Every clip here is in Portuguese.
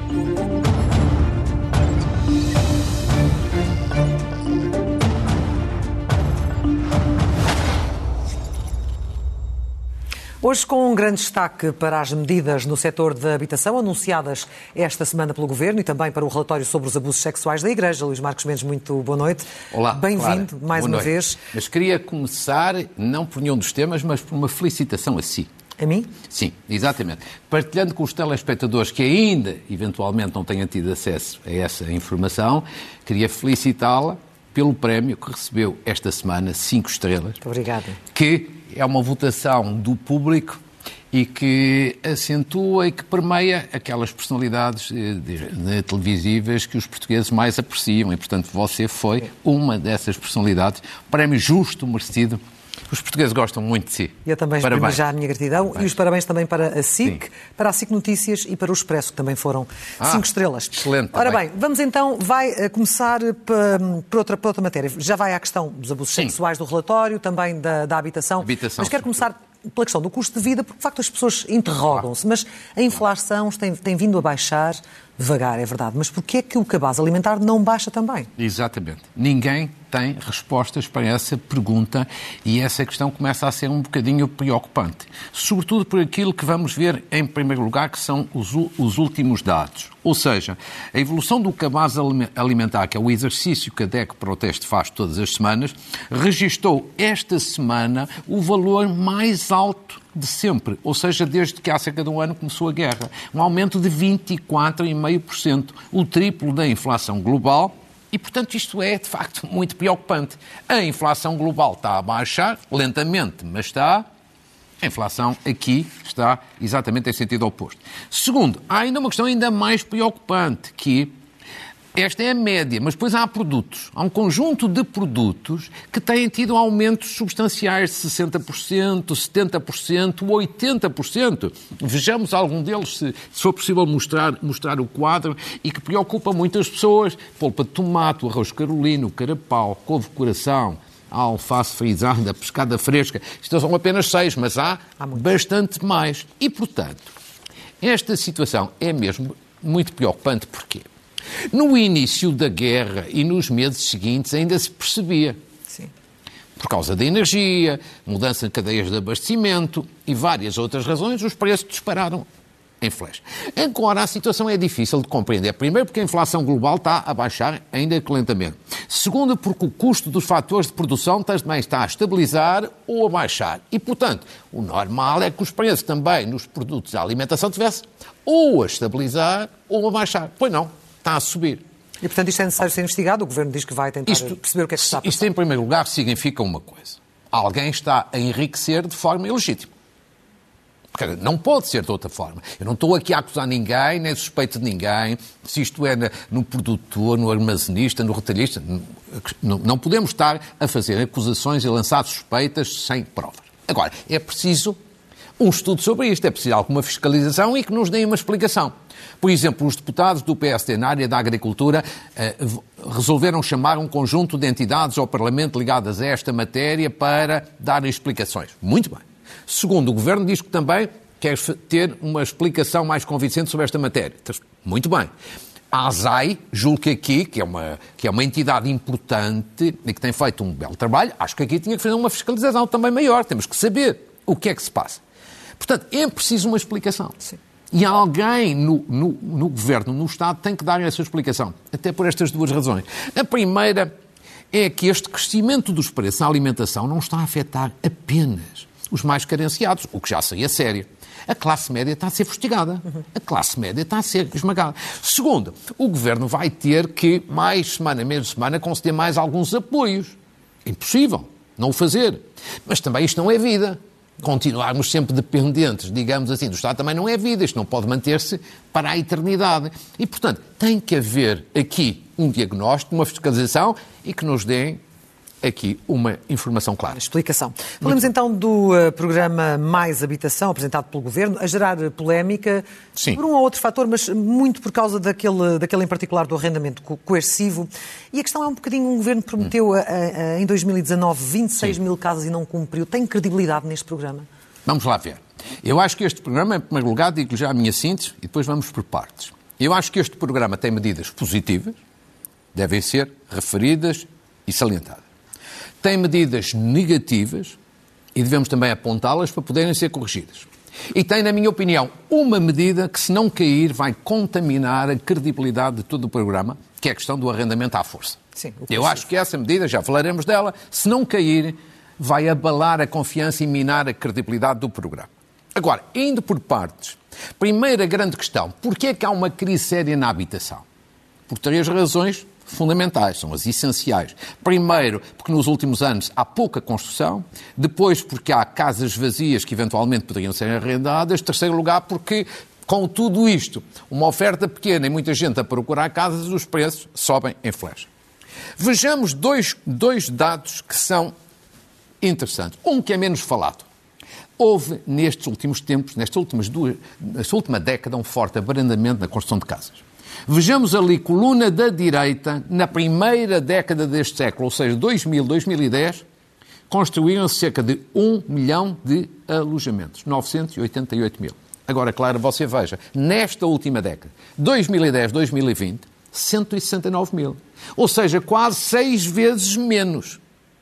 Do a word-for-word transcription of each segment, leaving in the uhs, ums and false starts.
Hoje, com um grande destaque para as medidas no setor da habitação anunciadas esta semana pelo Governo e também para o relatório sobre os abusos sexuais da Igreja. Luís Marcos Mendes, muito boa noite. Olá, bem-vindo Clara. mais boa uma noite. vez. Mas queria começar, não por nenhum dos temas, mas por uma felicitação a si. A mim? Sim, exatamente. Partilhando com os telespectadores que ainda, eventualmente, não tenham tido acesso a essa informação, queria felicitá-la pelo prémio que recebeu esta semana, cinco estrelas. Muito obrigada. Que é uma votação do público e que acentua e que permeia aquelas personalidades de, de, televisivas que os portugueses mais apreciam. E, portanto, você foi uma dessas personalidades. Prémio justo, merecido. Os portugueses gostam muito de si. Eu também exprimo já a minha gratidão. Parabéns. E os parabéns também para a S I C, Sim. para a S I C Notícias e para o Expresso, que também foram ah, cinco estrelas. Excelente. Ora também. bem, vamos então, vai começar por outra, por outra matéria. Já vai à questão dos abusos Sim. sexuais do relatório, também da, da habitação. habitação. Mas quero começar pela questão do custo de vida, porque de facto as pessoas interrogam-se, mas a inflação tem, tem vindo a baixar devagar, é verdade. Mas porquê é que o cabaz alimentar não baixa também? Exatamente. Ninguém tem respostas para essa pergunta e essa questão começa a ser um bocadinho preocupante. Sobretudo por aquilo que vamos ver em primeiro lugar, que são os, os últimos dados. Ou seja, a evolução do cabaz alimentar, que é o exercício que a D E C Proteste faz todas as semanas, registou esta semana o valor mais alto de sempre, ou seja, desde que há cerca de um ano começou a guerra. Um aumento de vinte e quatro vírgula cinco por cento, o triplo da inflação global. E, portanto, isto é, de facto, muito preocupante. A inflação global está a baixar, lentamente, mas está. A inflação aqui está exatamente em sentido oposto. Segundo, há ainda uma questão ainda mais preocupante, que esta é a média, mas depois há produtos. Há um conjunto de produtos que têm tido aumentos substanciais de sessenta por cento, setenta por cento, oitenta por cento. Vejamos algum deles, se, se for possível mostrar, mostrar o quadro, e que preocupa muitas pessoas. Polpa de tomate, o arroz carolino, o carapau, couve-coração, a alface frisada, a pescada fresca. Isto são apenas seis, mas há, há bastante mais. E, portanto, esta situação é mesmo muito preocupante. Porquê? No início da guerra e nos meses seguintes ainda se percebia. Sim. Por causa da energia, mudança de cadeias de abastecimento e várias outras razões, os preços dispararam em flash. Agora a situação é difícil de compreender. Primeiro porque a inflação global está a baixar ainda que lentamente. Segundo porque o custo dos fatores de produção também está a estabilizar ou a baixar. E, portanto, o normal é que os preços também nos produtos da alimentação tivessem ou a estabilizar ou a baixar. Pois não. Está a subir. E, portanto, isto é necessário ser investigado? O Governo diz que vai tentar isto, perceber o que é que está a passar. Isto, em primeiro lugar, significa uma coisa. Alguém está a enriquecer de forma ilegítima. Porque não pode ser de outra forma. Eu não estou aqui a acusar ninguém, nem suspeito de ninguém, se isto é no produtor, no armazenista, no retalhista. Não, não podemos estar a fazer acusações e lançar suspeitas sem provas. Agora, é preciso um estudo sobre isto, é preciso alguma fiscalização e que nos deem uma explicação. Por exemplo, os deputados do P S D na área da agricultura eh, resolveram chamar um conjunto de entidades ao Parlamento ligadas a esta matéria para darem explicações. Muito bem. Segundo, o Governo diz que também quer ter uma explicação mais convincente sobre esta matéria. Muito bem. A ASAI, julgo que aqui, que é, uma, que é uma entidade importante e que tem feito um belo trabalho, acho que aqui tinha que fazer uma fiscalização também maior. Temos que saber o que é que se passa. Portanto, é preciso uma explicação. Sim. E alguém no, no, no Governo, no Estado, tem que dar essa explicação. Até por estas duas razões. A primeira é que este crescimento dos preços na alimentação não está a afetar apenas os mais carenciados, o que já sei a sério. A classe média está a ser fustigada. A classe média está a ser esmagada. Segundo, o Governo vai ter que, mais semana, menos semana, conceder mais alguns apoios. Impossível não o fazer. Mas também isto não é vida. Continuarmos sempre dependentes, digamos assim, do Estado também não é vida. Isto não pode manter-se para a eternidade. E, portanto, tem que haver aqui um diagnóstico, uma fiscalização e que nos deem aqui uma informação clara. Explicação. Falamos então do uh, programa Mais Habitação, apresentado pelo Governo, a gerar polémica. Sim. Por um ou outro fator, mas muito por causa daquele, daquele em particular do arrendamento co- coercivo. E a questão é um bocadinho, o Governo prometeu hum. a, a, em dois mil e dezanove vinte e seis Sim. mil casas e não cumpriu. Tem credibilidade neste programa? Vamos lá ver. Eu acho que este programa, em primeiro lugar, digo já a minha síntese e depois vamos por partes. Eu acho que este programa tem medidas positivas, devem ser referidas e salientadas. Tem medidas negativas e devemos também apontá-las para poderem ser corrigidas. E tem, na minha opinião, uma medida que, se não cair, vai contaminar a credibilidade de todo o programa, que é a questão do arrendamento à força. Sim, eu acho que essa medida, já falaremos dela, se não cair, vai abalar a confiança e minar a credibilidade do programa. Agora, indo por partes, primeira grande questão, porquê é que há uma crise séria na habitação? Por três razões fundamentais, são as essenciais. Primeiro, porque nos últimos anos há pouca construção. Depois, porque há casas vazias que eventualmente poderiam ser arrendadas. Terceiro lugar, porque com tudo isto, uma oferta pequena e muita gente a procurar casas, os preços sobem em flecha. Vejamos dois, dois dados que são interessantes. Um que é menos falado. Houve, nestes últimos tempos, nestas últimas duas, nesta última década, um forte abrandamento na construção de casas. Vejamos ali, coluna da direita, na primeira década deste século, ou seja, dois mil, dois mil e dez, construíram-se cerca de um milhão de alojamentos, novecentos e oitenta e oito mil. Agora, claro, você veja, nesta última década, dois mil e dez, dois mil e vinte, cento e sessenta e nove mil. Ou seja, quase seis vezes menos.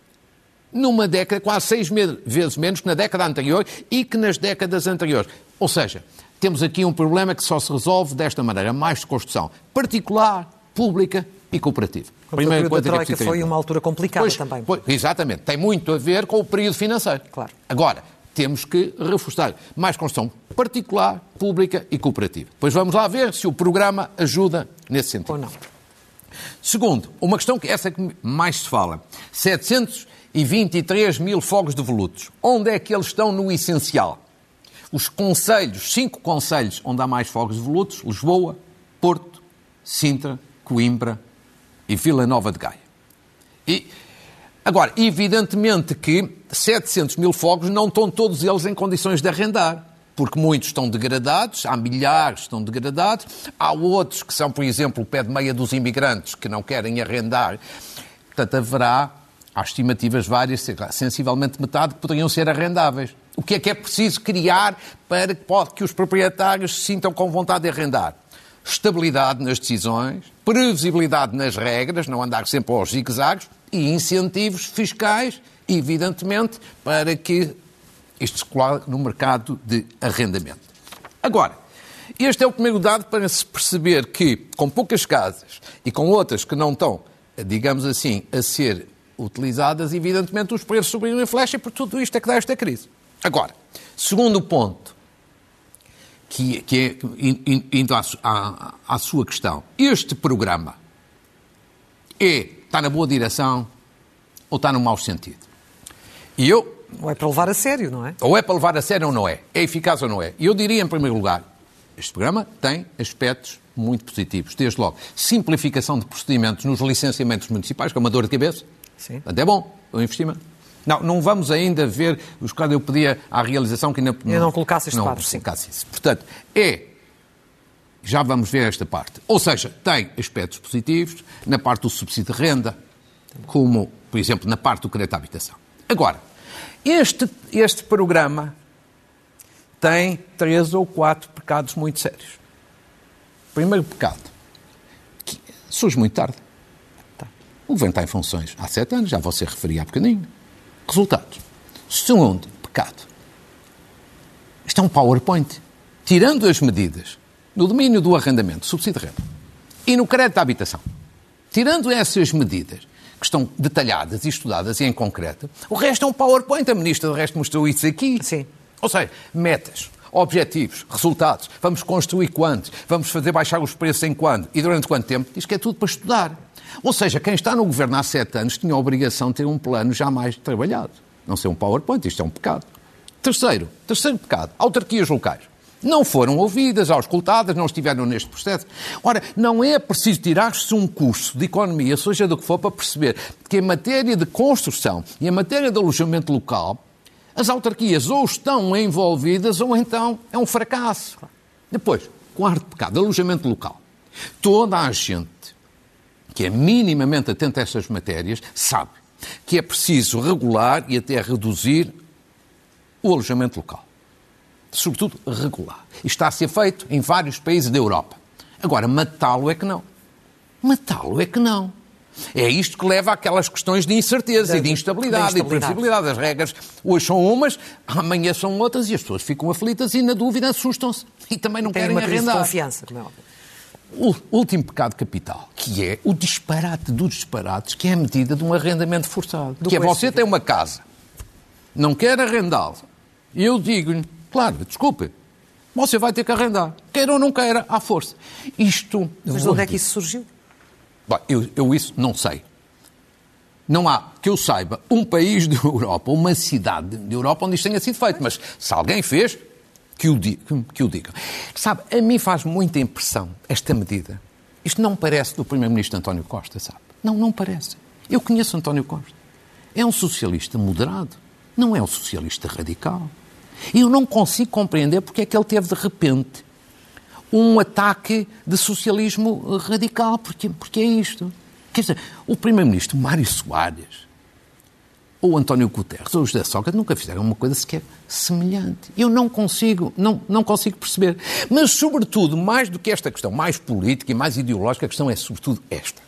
Numa década, quase seis vezes menos que na década anterior e que nas décadas anteriores. Ou seja, temos aqui um problema que só se resolve desta maneira, mais de construção particular, pública e cooperativa. A primeira coisa que é preciso foi uma altura complicada pois, também. Pois, exatamente, tem muito a ver com o período financeiro. Claro. Agora, temos que reforçar mais construção particular, pública e cooperativa. Depois vamos lá ver se o programa ajuda nesse sentido. Ou não. Segundo, uma questão que essa é que mais se fala, setecentos e vinte e três mil fogos de volutos. Onde é que eles estão no essencial? Os concelhos, cinco concelhos onde há mais fogos de volutos, Lisboa, Porto, Sintra, Coimbra e Vila Nova de Gaia. E, agora, evidentemente que setecentos mil fogos não estão todos eles em condições de arrendar, porque muitos estão degradados, há milhares que estão degradados, há outros que são, por exemplo, o pé de meia dos imigrantes que não querem arrendar. Portanto, haverá, há estimativas várias, sensivelmente metade, que poderiam ser arrendáveis. O que é que é preciso criar para que os proprietários se sintam com vontade de arrendar? Estabilidade nas decisões, previsibilidade nas regras, não andar sempre aos zigue-zagues, e incentivos fiscais, evidentemente, para que isto se coloque no mercado de arrendamento. Agora, este é o primeiro dado para se perceber que, com poucas casas e com outras que não estão, digamos assim, a ser utilizadas, evidentemente os preços subiram em flecha e por tudo isto é que dá esta crise. Agora, segundo ponto, que, que é, indo à, à, à sua questão, este programa é, está na boa direção ou está no mau sentido? E eu... Ou é para levar a sério, não é? Ou é para levar a sério ou não é? É eficaz ou não é? E eu diria, em primeiro lugar, este programa tem aspectos muito positivos. Desde logo, simplificação de procedimentos nos licenciamentos municipais, que é uma dor de cabeça. Sim. Portanto, é bom o investimento. Não, não vamos ainda ver os quais eu pedia à realização que ainda... Eu não colocasse este não parte, colocasse isso. Portanto, é... Já vamos ver esta parte. Ou seja, tem aspectos positivos na parte do subsídio de renda, como, por exemplo, na parte do crédito à habitação. Agora, este, este programa tem três ou quatro pecados muito sérios. Primeiro pecado, que surge muito tarde. O governo está em funções há sete anos, já você referia há bocadinho. Resultados. Segundo pecado. Isto é um PowerPoint. Tirando as medidas no domínio do arrendamento, subsídio de renda, e no crédito à habitação, tirando essas medidas que estão detalhadas e estudadas e em concreto, o resto é um PowerPoint. A ministra, de resto, mostrou isso aqui. Sim. Ou seja, metas, objetivos, resultados. Vamos construir quantos? Vamos fazer baixar os preços em quando? E durante quanto tempo? Diz que é tudo para estudar. Ou seja, quem está no governo há sete anos tinha a obrigação de ter um plano já mais trabalhado. Não ser um PowerPoint, isto é um pecado. Terceiro, terceiro pecado, autarquias locais. Não foram ouvidas, auscultadas, não estiveram neste processo. Ora, não é preciso tirar-se um curso de economia, seja do que for, para perceber que em matéria de construção e em matéria de alojamento local, as autarquias ou estão envolvidas ou então é um fracasso. Depois, quarto pecado, alojamento local. Toda a gente que é minimamente atenta a estas matérias sabe que é preciso regular e até reduzir o alojamento local. Sobretudo regular. Isto está a ser feito em vários países da Europa. Agora, matá-lo é que não. Matá-lo é que não. É isto que leva àquelas questões de incerteza da, e de instabilidade, de instabilidade e de previsibilidade. As regras hoje são umas, amanhã são outras e as pessoas ficam aflitas e, na dúvida, assustam-se. E também não Tem querem uma crise arrendar. de confiança, como é óbvio. O último pecado capital, que é o disparate dos disparates, que é a medida de um arrendamento forçado. Do que é você tem uma casa, não quer arrendá-la. E eu digo-lhe, claro, desculpe, você vai ter que arrendar. Queira ou não queira, à força. Isto... Mas de onde é que isso surgiu? Bom, eu, eu isso não sei. Não há, que eu saiba, um país da Europa, uma cidade da Europa onde isto tenha sido feito. Mas se alguém fez... Que o, diga, que o digam. Sabe, a mim faz muita impressão esta medida. Isto não parece do primeiro-ministro António Costa, sabe? Não, não parece. Eu conheço António Costa. É um socialista moderado. Não é um socialista radical. E eu não consigo compreender porque é que ele teve, de repente, um ataque de socialismo radical. Porque, porque é isto. Quer dizer, o primeiro-ministro Mário Soares... ou António Guterres, ou José Sócrates, nunca fizeram uma coisa sequer semelhante. Eu não consigo, não, não consigo perceber. Mas, sobretudo, mais do que esta questão mais política e mais ideológica, a questão é, sobretudo, esta.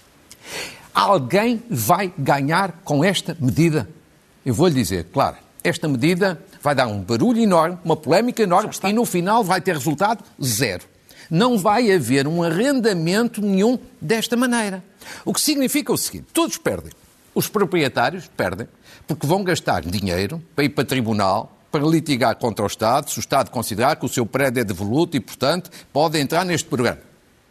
Alguém vai ganhar com esta medida? Eu vou-lhe dizer, claro, esta medida vai dar um barulho enorme, uma polémica enorme, e no final vai ter resultado zero. Não vai haver um arrendamento nenhum desta maneira. O que significa o seguinte, todos perdem. Os proprietários perdem, porque vão gastar dinheiro para ir para tribunal, para litigar contra o Estado, se o Estado considerar que o seu prédio é devoluto e, portanto, pode entrar neste programa.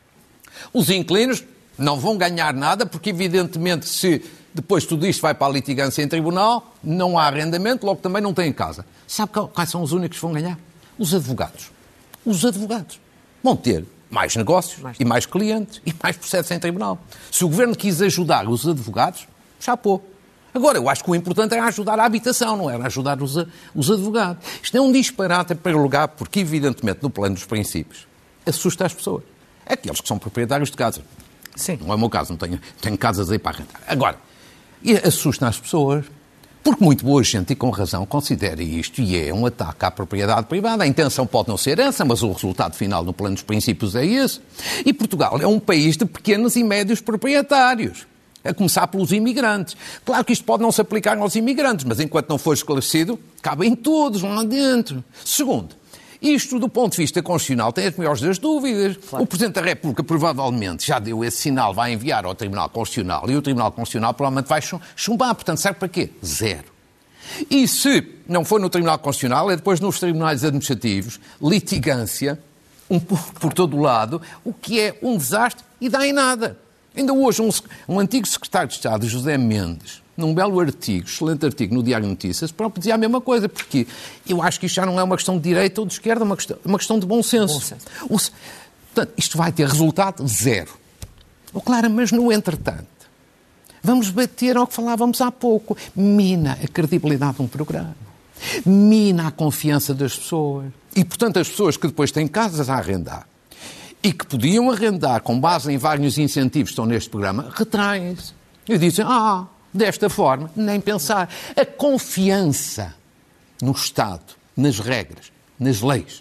Os inquilinos não vão ganhar nada, porque, evidentemente, se depois tudo isto vai para a litigância em tribunal, não há arrendamento, logo também não têm casa. Sabe quais são os únicos que vão ganhar? Os advogados. Os advogados vão ter mais negócios mais. e mais clientes e mais processos em tribunal. Se o Governo quis ajudar os advogados, chapou. Agora, eu acho que o importante era ajudar a habitação, não era ajudar os, os advogados. Isto é um disparate, em primeiro lugar, porque, evidentemente, no plano dos princípios, assusta as pessoas. Aqueles que são proprietários de casa. Sim. Não é o meu caso, não tenho, tenho casas aí para arrendar. Agora, assusta as pessoas, porque muito boa gente, e com razão, considera isto, e é um ataque à propriedade privada. A intenção pode não ser essa, mas o resultado final no plano dos princípios é esse. E Portugal é um país de pequenos e médios proprietários. A começar pelos imigrantes. Claro que isto pode não se aplicar aos imigrantes, mas enquanto não for esclarecido, cabem todos lá dentro. Segundo, isto do ponto de vista constitucional tem as maiores das dúvidas. Claro. O Presidente da República provavelmente já deu esse sinal, vai enviar ao Tribunal Constitucional e o Tribunal Constitucional provavelmente vai chumbar. Portanto, serve para quê? Zero. E se não for no Tribunal Constitucional, é depois nos tribunais administrativos, litigância, um pouco por todo o lado, o que é um desastre e dá em nada. Ainda hoje, um, um antigo secretário de Estado, José Mendes, num belo artigo, excelente artigo no Diário de Notícias, próprio dizia a mesma coisa, porque eu acho que isto já não é uma questão de direita ou de esquerda, é uma questão, uma questão de bom senso. Bom senso. O, portanto, isto vai ter resultado zero. Oh, claro, mas no entretanto, vamos bater ao que falávamos há pouco. Mina a credibilidade de um programa. Mina a confiança das pessoas. E, portanto, as pessoas que depois têm casas a arrendar, e que podiam arrendar com base em vários incentivos que estão neste programa, retraem-se. E dizem, ah, desta forma, nem pensar. A confiança no Estado, nas regras, nas leis,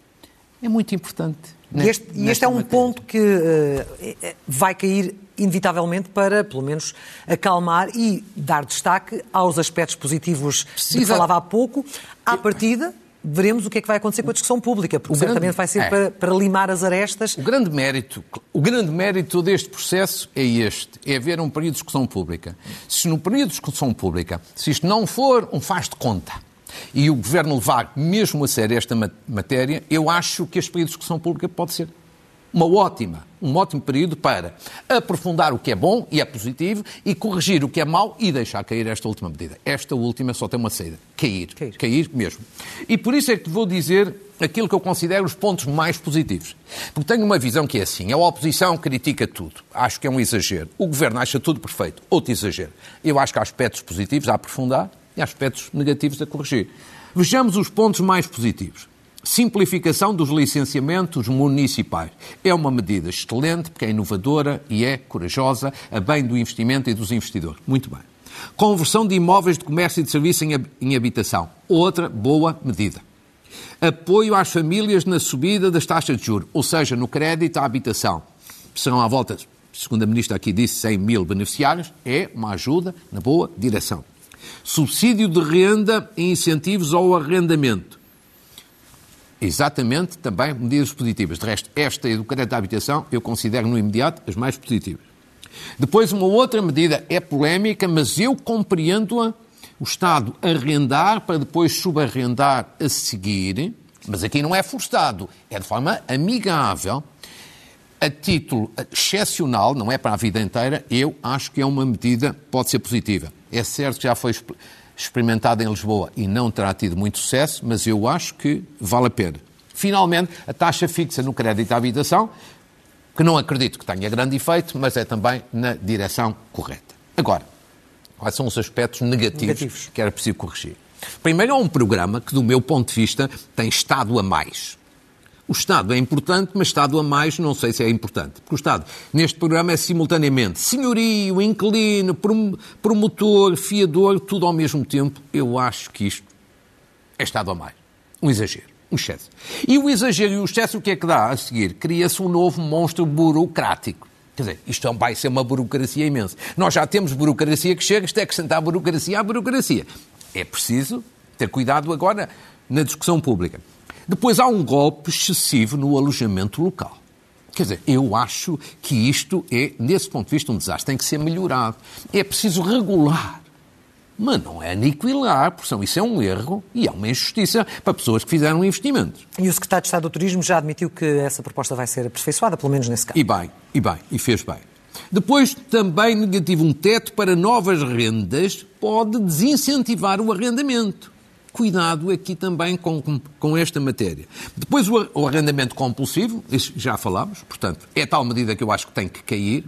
é muito importante. E este, e este é um matéria. ponto que uh, vai cair inevitavelmente para, pelo menos, acalmar e dar destaque aos aspectos positivos Precisa... de que falava há pouco. À partida, veremos o que é que vai acontecer com a discussão pública, porque o certamente grande, vai ser é. para, para limar as arestas. O grande mérito, o grande mérito deste processo é este, é haver um período de discussão pública. Se no período de discussão pública, se isto não for um faz de conta, e o Governo levar mesmo a sério esta matéria, eu acho que este período de discussão pública pode ser uma ótima, um ótimo período para aprofundar o que é bom e é positivo e corrigir o que é mau e deixar cair esta última medida. Esta última só tem uma saída, cair, cair, cair mesmo. E por isso é que te vou dizer aquilo que eu considero os pontos mais positivos. Porque tenho uma visão que é assim, a oposição critica tudo, acho que é um exagero. O Governo acha tudo perfeito, outro exagero. Eu acho que há aspectos positivos a aprofundar e há aspectos negativos a corrigir. Vejamos os pontos mais positivos. Simplificação dos licenciamentos municipais. É uma medida excelente, porque é inovadora e é corajosa, a bem do investimento e dos investidores. Muito bem. Conversão de imóveis de comércio e de serviço em habitação. Outra boa medida. Apoio às famílias na subida das taxas de juros, ou seja, no crédito à habitação. serão à volta, segundo a Ministra aqui disse, cem mil beneficiários, é uma ajuda na boa direção. Subsídio de renda e incentivos ao arrendamento. Exatamente, também medidas positivas. De resto, esta e do crédito à habitação eu considero no imediato as mais positivas. Depois, uma outra medida é polémica, mas eu compreendo-a, o Estado arrendar para depois subarrendar a seguir, mas aqui não é forçado, é de forma amigável, a título excepcional, não é para a vida inteira, eu acho que é uma medida, pode ser positiva. É certo que já foi experimentada em Lisboa e não terá tido muito sucesso, mas eu acho que vale a pena. Finalmente, a taxa fixa no crédito à habitação, que não acredito que tenha grande efeito, mas é também na direção correta. Agora, quais são os aspectos negativos, negativos. que era preciso corrigir? Primeiro, há um programa que, do meu ponto de vista, tem Estado a mais. O Estado é importante, mas Estado a mais não sei se é importante. Porque o Estado, neste programa, é simultaneamente senhorio, inquilino, promotor, fiador, tudo ao mesmo tempo. Eu acho que isto é Estado a mais. Um exagero, um excesso. E o exagero e o excesso, o que é que dá a seguir? Cria-se um novo monstro burocrático. Quer dizer, isto vai ser uma burocracia imensa. Nós já temos burocracia que chega, isto é acrescentar burocracia à burocracia. É preciso ter cuidado agora na discussão pública. Depois há um golpe excessivo no alojamento local. Quer dizer, eu acho que isto é, nesse ponto de vista, um desastre. Tem que ser melhorado. É preciso regular, mas não é aniquilar, porque isso é um erro e é uma injustiça para pessoas que fizeram investimentos. E o Secretário de Estado do Turismo já admitiu que essa proposta vai ser aperfeiçoada, pelo menos nesse caso. E bem, e bem, e fez bem. Depois, também negativo, um teto para novas rendas pode desincentivar o arrendamento. Cuidado aqui também com, com, com esta matéria. Depois o, o arrendamento compulsivo, isso já falámos, portanto, é tal medida que eu acho que tem que cair.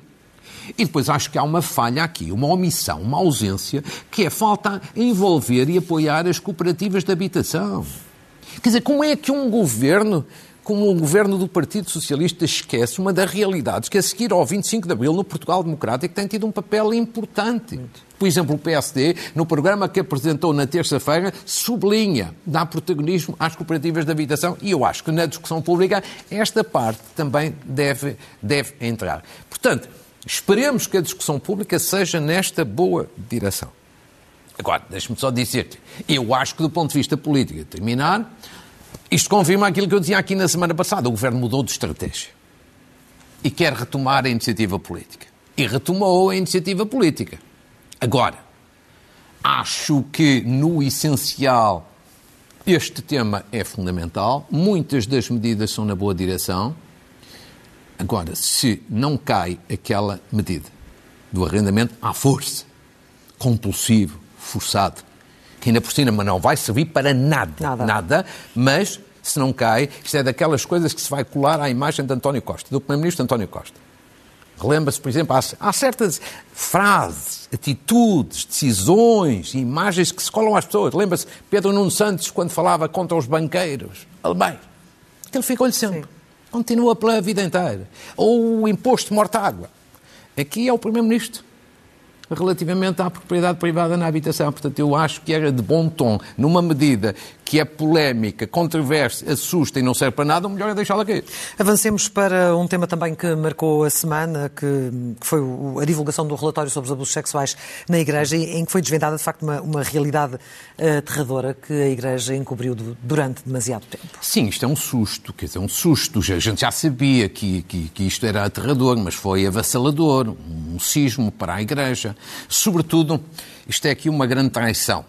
E depois acho que há uma falha aqui, uma omissão, uma ausência, que é falta envolver e apoiar as cooperativas de habitação. Quer dizer, como é que um governo, como o governo do Partido Socialista, esquece uma das realidades que a seguir ao vinte e cinco de Abril no Portugal Democrático tem tido um papel importante. Por exemplo, o P S D, no programa que apresentou na terça-feira, sublinha, dá protagonismo às cooperativas de habitação e eu acho que na discussão pública esta parte também deve, deve entrar. Portanto, esperemos que a discussão pública seja nesta boa direção. Agora, deixe-me só dizer-te, eu acho que do ponto de vista político, terminar, isto confirma aquilo que eu dizia aqui na semana passada, o Governo mudou de estratégia e quer retomar a iniciativa política. E retomou a iniciativa política. Agora, acho que no essencial este tema é fundamental, muitas das medidas são na boa direção. Agora, se não cai aquela medida do arrendamento à força, compulsivo, forçado, que ainda por cima não vai servir para nada, nada, nada, mas se não cai, isto é daquelas coisas que se vai colar à imagem de António Costa, do Primeiro-Ministro António Costa. Relembra-se, por exemplo, há, há certas frases, atitudes, decisões, imagens que se colam às pessoas. Lembra-se Pedro Nuno Santos quando falava contra os banqueiros alemães. Aquilo ficou-lhe sempre. Sim. Continua pela vida inteira. Ou o imposto de morta-água. Aqui é o Primeiro-Ministro relativamente à propriedade privada na habitação. Portanto, eu acho que era de bom tom, numa medida que é polémica, controversa, assusta e não serve para nada, o melhor é deixá-la cair. Avancemos para um tema também que marcou a semana, que, que foi o, a divulgação do relatório sobre os abusos sexuais na Igreja, em que foi desvendada, de facto, uma, uma realidade uh, aterradora que a Igreja encobriu do, durante demasiado tempo. Sim, isto é um susto, quer dizer, um susto. A gente já sabia que, que, que isto era aterrador, mas foi avassalador, um sismo para a Igreja. Sobretudo, isto é aqui uma grande traição.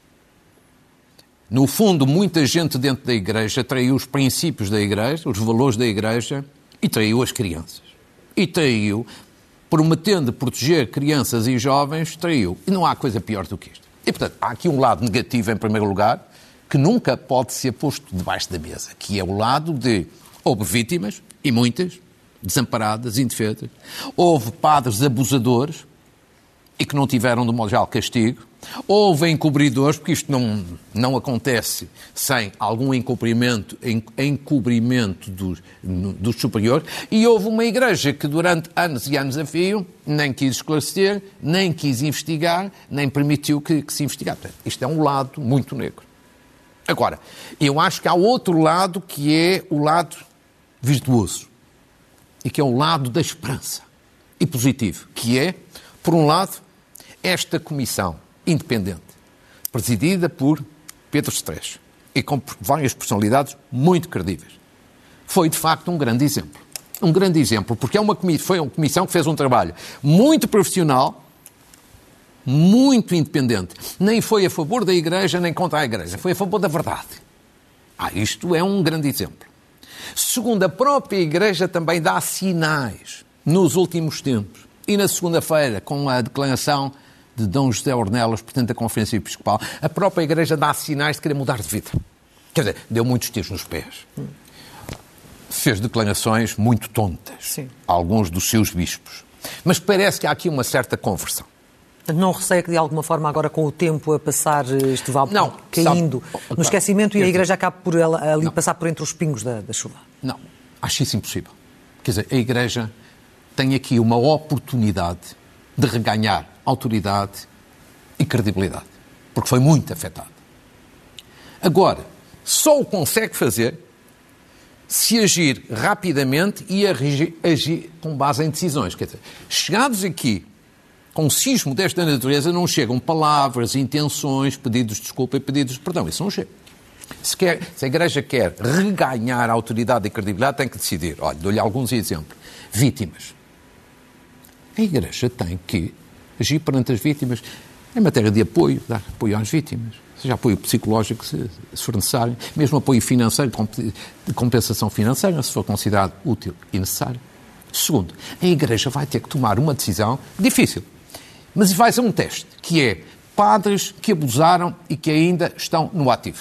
No fundo, muita gente dentro da Igreja traiu os princípios da Igreja, os valores da Igreja, e traiu as crianças. E traiu, prometendo proteger crianças e jovens, traiu. E não há coisa pior do que isto. E, portanto, há aqui um lado negativo, em primeiro lugar, que nunca pode ser posto debaixo da mesa, que é o lado de houve vítimas, e muitas, desamparadas, indefesas, houve padres abusadores, e que não tiveram, de modo geral, castigo. Houve encobridores, porque isto não, não acontece sem algum encobrimento, encobrimento dos, dos superiores, e houve uma Igreja que durante anos e anos a fio nem quis esclarecer, nem quis investigar, nem permitiu que, que se investigasse. Isto é um lado muito negro. Agora, eu acho que há outro lado que é o lado virtuoso. e que é o lado da esperança e positivo, que é, por um lado, esta comissão independente, presidida por Pedro Stresch e com várias personalidades muito credíveis. Foi, de facto, um grande exemplo. Um grande exemplo, porque é uma, foi uma comissão que fez um trabalho muito profissional, muito independente. Nem foi a favor da Igreja, nem contra a Igreja. Foi a favor da verdade. Ah, isto é um grande exemplo. Segundo, a própria Igreja também dá sinais nos últimos tempos. E na segunda-feira, com a declaração de Dom José Ornelas, Presidente da Conferência Episcopal, a própria Igreja dá sinais de querer mudar de vida. Quer dizer, deu muitos tiros nos pés. Fez declarações muito tontas. Sim. A alguns dos seus bispos. Mas parece que há aqui uma certa conversão. Não receia que, de alguma forma, agora com o tempo a passar, isto vá não, caindo sabe, no esquecimento e a Igreja acabe por ela, ali não. passar por entre os pingos da, da chuva? Não, acho isso impossível. Quer dizer, a Igreja tem aqui uma oportunidade de reganhar autoridade e credibilidade, porque foi muito afetada. Agora, só o consegue fazer se agir rapidamente e agir, agir com base em decisões. Quer dizer, chegados aqui com um sismo desta natureza, não chegam palavras, intenções, pedidos de desculpa e pedidos de perdão. Isso não chega. Se, quer, se a Igreja quer reganhar a autoridade e credibilidade, tem que decidir. Olha, dou-lhe alguns exemplos. Vítimas. A Igreja tem que agir perante as vítimas em matéria de apoio, dar apoio às vítimas, seja apoio psicológico, se, se for necessário, mesmo apoio financeiro, de compensação financeira, se for considerado útil e necessário. Segundo, a Igreja vai ter que tomar uma decisão difícil, mas vai ser um teste, que é padres que abusaram e que ainda estão no ativo.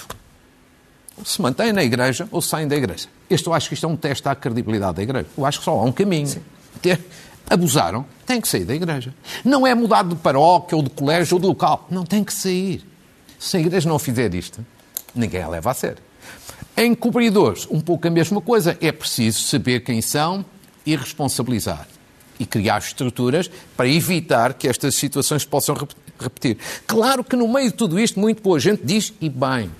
Se mantêm na Igreja ou saem da Igreja. Este, eu acho que isto é um teste à credibilidade da Igreja. Eu acho que só há um caminho. Ter, abusaram, tem que sair da Igreja. Não é mudar de paróquia ou de colégio ou de local. Não, tem que sair. Se a Igreja não fizer isto, ninguém a leva a sério. Em cobridores, um pouco a mesma coisa. É preciso saber quem são e responsabilizar. E criar estruturas para evitar que estas situações se possam repetir. Claro que no meio de tudo isto, muito boa gente diz, e bem,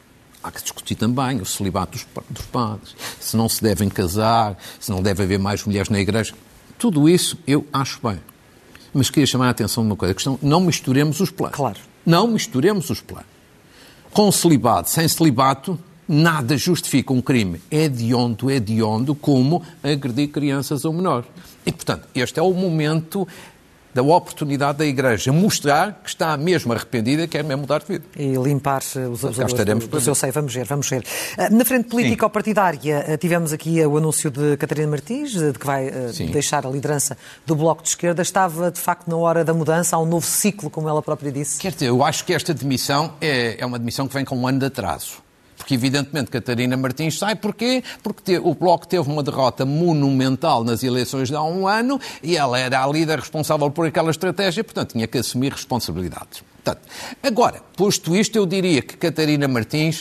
há que discutir também o celibato dos, dos padres, se não se devem casar, se não deve haver mais mulheres na Igreja. Tudo isso eu acho bem. Mas queria chamar a atenção de uma coisa, a questão, não misturemos os planos. Claro. Não misturemos os planos. Com celibato, sem celibato, nada justifica um crime hediondo, hediondo, como agredir crianças ou menores. E, portanto, este é o momento da oportunidade da Igreja mostrar que está mesmo arrependida e quer mesmo mudar de vida. E limpar os abusadores do, do seu seio. Vamos ver, vamos ver. Na frente político-partidária tivemos aqui o anúncio de Catarina Martins, de que vai Sim. deixar a liderança do Bloco de Esquerda. Estava, de facto, na hora da mudança, há um novo ciclo, como ela própria disse? Quer dizer, eu acho que esta demissão é, é uma demissão que vem com um ano de atraso. Porque, evidentemente, Catarina Martins sai. Porquê? Porque te, o Bloco teve uma derrota monumental nas eleições de há um ano e ela era a líder responsável por aquela estratégia, portanto, tinha que assumir responsabilidades. Portanto, agora, posto isto, eu diria que Catarina Martins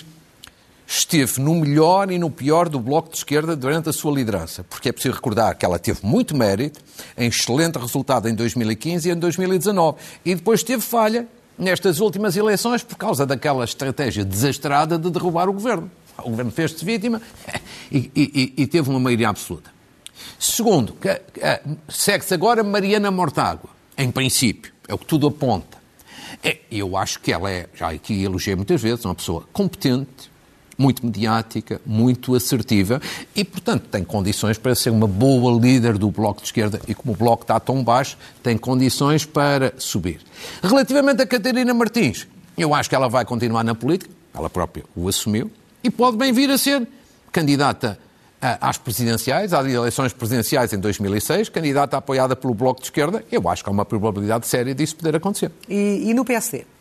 esteve no melhor e no pior do Bloco de Esquerda durante a sua liderança. Porque é preciso recordar que ela teve muito mérito, em excelente resultado em dois mil e quinze e em dois mil e dezanove. E depois teve falha nestas últimas eleições por causa daquela estratégia desastrada de derrubar o governo. O governo fez-se vítima e, e, e teve uma maioria absoluta. Segundo, segue-se agora Mariana Mortágua, em princípio, é o que tudo aponta. É, eu acho que ela é, já aqui elogiei muitas vezes, uma pessoa competente, muito mediática, muito assertiva e, portanto, tem condições para ser uma boa líder do Bloco de Esquerda e, como o Bloco está tão baixo, tem condições para subir. Relativamente a Catarina Martins, eu acho que ela vai continuar na política, ela própria o assumiu, e pode bem vir a ser candidata às presidenciais, às eleições presidenciais em dois mil e seis, candidata apoiada pelo Bloco de Esquerda. Eu acho que há uma probabilidade séria disso poder acontecer. E, e no P S D?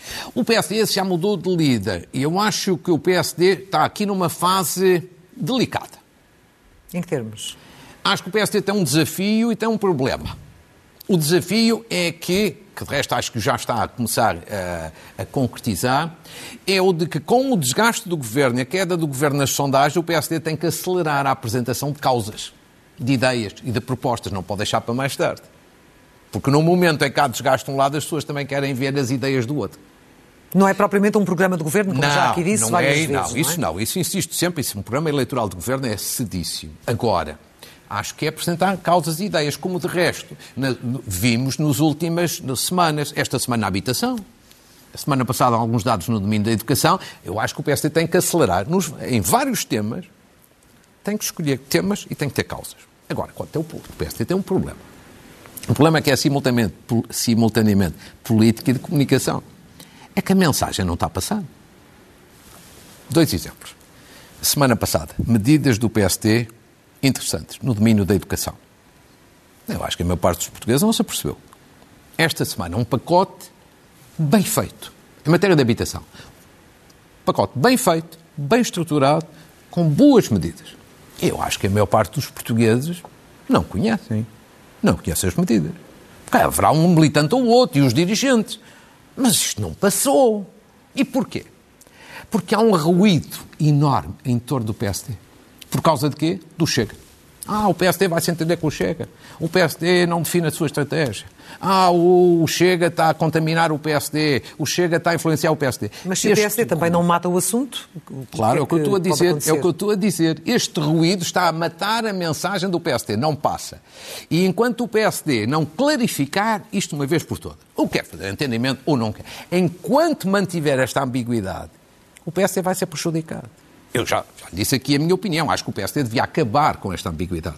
O P S D já mudou de líder e eu acho que o P S D está aqui numa fase delicada. Em que termos? Acho que o P S D tem um desafio e tem um problema. O desafio é que, que de resto acho que já está a começar a, a concretizar, é o de que com o desgaste do governo e a queda do governo nas sondagens, o P S D tem que acelerar a apresentação de causas, de ideias e de propostas, não pode deixar para mais tarde. Porque no momento em que há desgaste de um lado, as pessoas também querem ver as ideias do outro. Não é propriamente um programa de governo, como não, já aqui disse não várias é, vezes, não, não isso é? não, isso insisto sempre, isso, um programa eleitoral de governo é cedíssimo. Agora, Acho que é apresentar causas e ideias, como de resto na, vimos nas últimas semanas. Esta semana a habitação, a semana passada alguns dados no domínio da educação. Eu acho que o P S D tem que acelerar nos, em vários temas, tem que escolher temas e tem que ter causas. Agora, quanto ao povo, o P S D tem um problema. O problema é que é simultaneamente, simultaneamente política e de comunicação. É que a mensagem não está a passar. Dois exemplos. Semana passada, medidas do P S D interessantes no domínio da educação. Eu acho que a maior parte dos portugueses não se apercebeu. Esta semana, um pacote bem feito, em matéria de habitação. Um pacote bem feito, bem estruturado, com boas medidas. Eu acho que a maior parte dos portugueses não conhecem. Não conhecem as medidas. Porque haverá um militante ou outro e os dirigentes. Mas isto não passou. E porquê? Porque há um ruído enorme em torno do P S D. Por causa de quê? Do Chega. Ah, o P S D vai se entender com o Chega. O P S D não define a sua estratégia. Ah, o Chega está a contaminar o P S D. O Chega está a influenciar o P S D. Mas se este... o P S D também não mata o assunto? O claro, é o que eu estou a dizer. É o que eu estou a dizer. Este ruído está a matar a mensagem do P S D. Não passa. E enquanto o P S D não clarificar isto uma vez por todas, ou quer fazer entendimento ou não quer, enquanto mantiver esta ambiguidade, o P S D vai ser prejudicado. Eu já, já disse aqui a minha opinião. Acho que o P S D devia acabar com esta ambiguidade.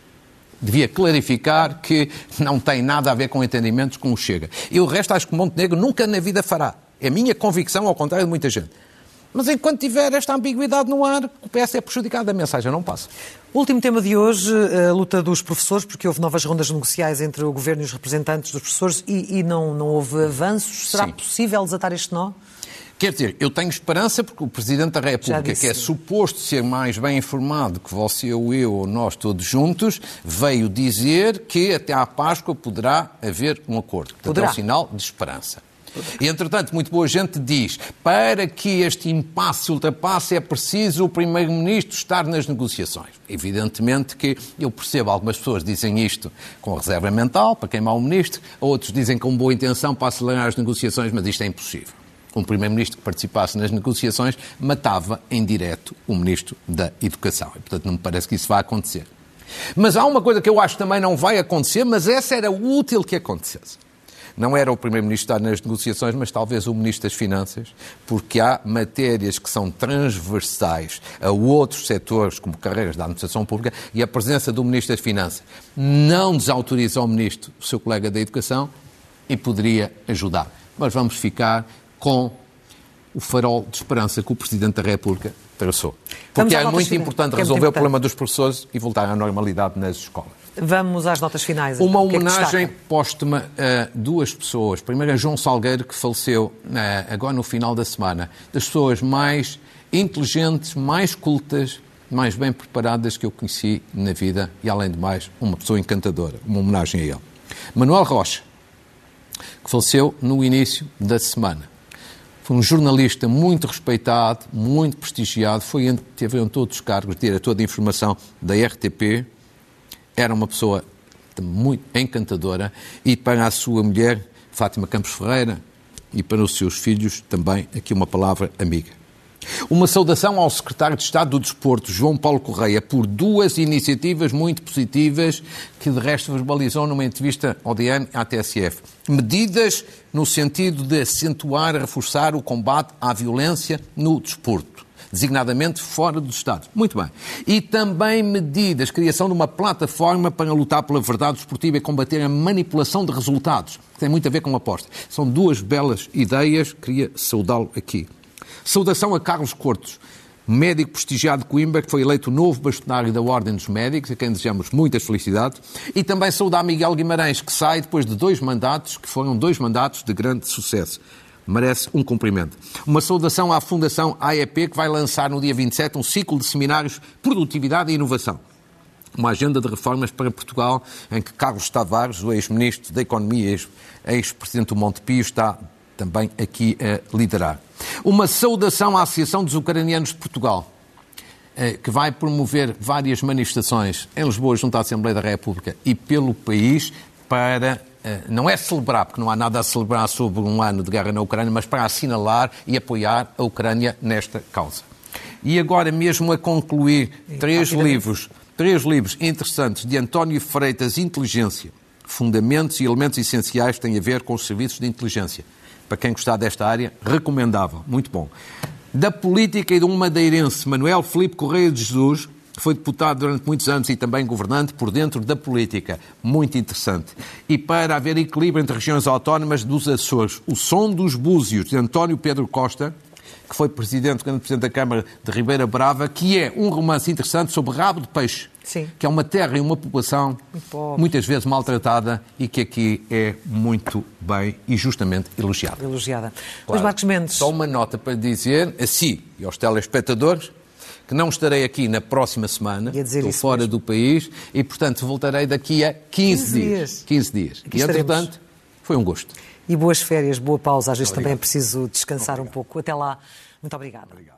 Devia clarificar que não tem nada a ver com entendimentos com o Chega. E o resto acho que o Montenegro nunca na vida fará. É a minha convicção, ao contrário de muita gente. Mas enquanto tiver esta ambiguidade no ar, o P S D é prejudicado, a mensagem não passa. Último tema de hoje, a luta dos professores, porque houve novas rondas negociais entre o Governo e os representantes dos professores e, e não, não houve avanços. Será Sim. possível desatar este nó? Quer dizer, eu tenho esperança porque o Presidente da República, que é suposto ser mais bem informado que você ou eu ou nós todos juntos, veio dizer que até à Páscoa poderá haver um acordo. Portanto, poderá. É um sinal de esperança. E, entretanto, muito boa gente diz, para que este impasse se ultrapasse é preciso o Primeiro-Ministro estar nas negociações. Evidentemente que eu percebo, algumas pessoas dizem isto com reserva mental, para queimar o Ministro, outros dizem com boa intenção para acelerar as negociações, mas isto é impossível. Um Primeiro-Ministro que participasse nas negociações matava em direto o Ministro da Educação. E, portanto, não me parece que isso vá acontecer. Mas há uma coisa que eu acho que também não vai acontecer, mas essa era útil que acontecesse. Não era o Primeiro-Ministro estar nas negociações, mas talvez o Ministro das Finanças, porque há matérias que são transversais a outros setores, como carreiras da administração pública, e a presença do Ministro das Finanças não desautoriza ao Ministro, o seu colega da Educação, e poderia ajudar. Mas vamos ficar com o farol de esperança que o Presidente da República traçou. Porque é muito importante resolver é muito importante. o problema dos professores e voltar à normalidade nas escolas. Vamos às notas finais. Uma homenagem é póstuma a duas pessoas. Primeiro a João Salgueiro, que faleceu agora no final da semana. Das pessoas mais inteligentes, mais cultas, mais bem preparadas que eu conheci na vida e, além de mais, uma pessoa encantadora. Uma homenagem a ele. Manuel Rocha, que faleceu no início da semana. Foi um jornalista muito respeitado, muito prestigiado, foi, teve em todos os cargos, diretor de informação da R T P, era uma pessoa muito encantadora, e para a sua mulher, Fátima Campos Ferreira, e para os seus filhos também, aqui uma palavra amiga. Uma saudação ao secretário de Estado do Desporto, João Paulo Correia, por duas iniciativas muito positivas que, de resto, verbalizou numa entrevista ao D N e à T S F. Medidas no sentido de acentuar e reforçar o combate à violência no desporto, designadamente fora do Estado. Muito bem. E também medidas, criação de uma plataforma para lutar pela verdade desportiva e combater a manipulação de resultados, que tem muito a ver com a aposta. São duas belas ideias, queria saudá-lo aqui. Saudação a Carlos Cortes, médico prestigiado de Coimbra, que foi eleito novo bastonário da Ordem dos Médicos, a quem desejamos muitas felicidades. E também saudar Miguel Guimarães, que sai depois de dois mandatos, que foram dois mandatos de grande sucesso. Merece um cumprimento. Uma saudação à Fundação A E P, que vai lançar no dia vinte e sete um ciclo de seminários Produtividade e Inovação. Uma agenda de reformas para Portugal, em que Carlos Tavares, o ex-ministro da Economia e ex-presidente do Montepio, está também aqui a liderar. Uma saudação à Associação dos Ucranianos de Portugal, que vai promover várias manifestações em Lisboa, junto à Assembleia da República e pelo país, para, não é celebrar, porque não há nada a celebrar sobre um ano de guerra na Ucrânia, mas para assinalar e apoiar a Ucrânia nesta causa. E agora mesmo a concluir, três livros três livros interessantes de António Freitas, Inteligência, Fundamentos e Elementos Essenciais que têm a ver com os serviços de inteligência. Para quem gostar desta área, recomendável, muito bom. Da política e de um madeirense, Manuel Filipe Correia de Jesus, que foi deputado durante muitos anos e também governante por dentro da política. Muito interessante. E para haver equilíbrio entre regiões autónomas dos Açores, O Som dos Búzios, de António Pedro Costa, que foi presidente, grande presidente da Câmara de Ribeira Brava, que é um romance interessante sobre rabo de peixe. Sim. Que é uma terra e uma população muito muitas vezes maltratada e que aqui é muito bem e justamente elogiada. Elogiada. Claro. Luís Marques Mendes. Só uma nota para dizer a si e aos telespectadores que não estarei aqui na próxima semana, estou fora mesmo. do país e, portanto, voltarei daqui a quinze dias. quinze dias. Aqui e, estaremos. entretanto, foi um gosto. E boas férias, boa pausa. Às vezes Obrigado. também é preciso descansar Obrigado. um pouco. Até lá. Muito obrigada. Obrigado.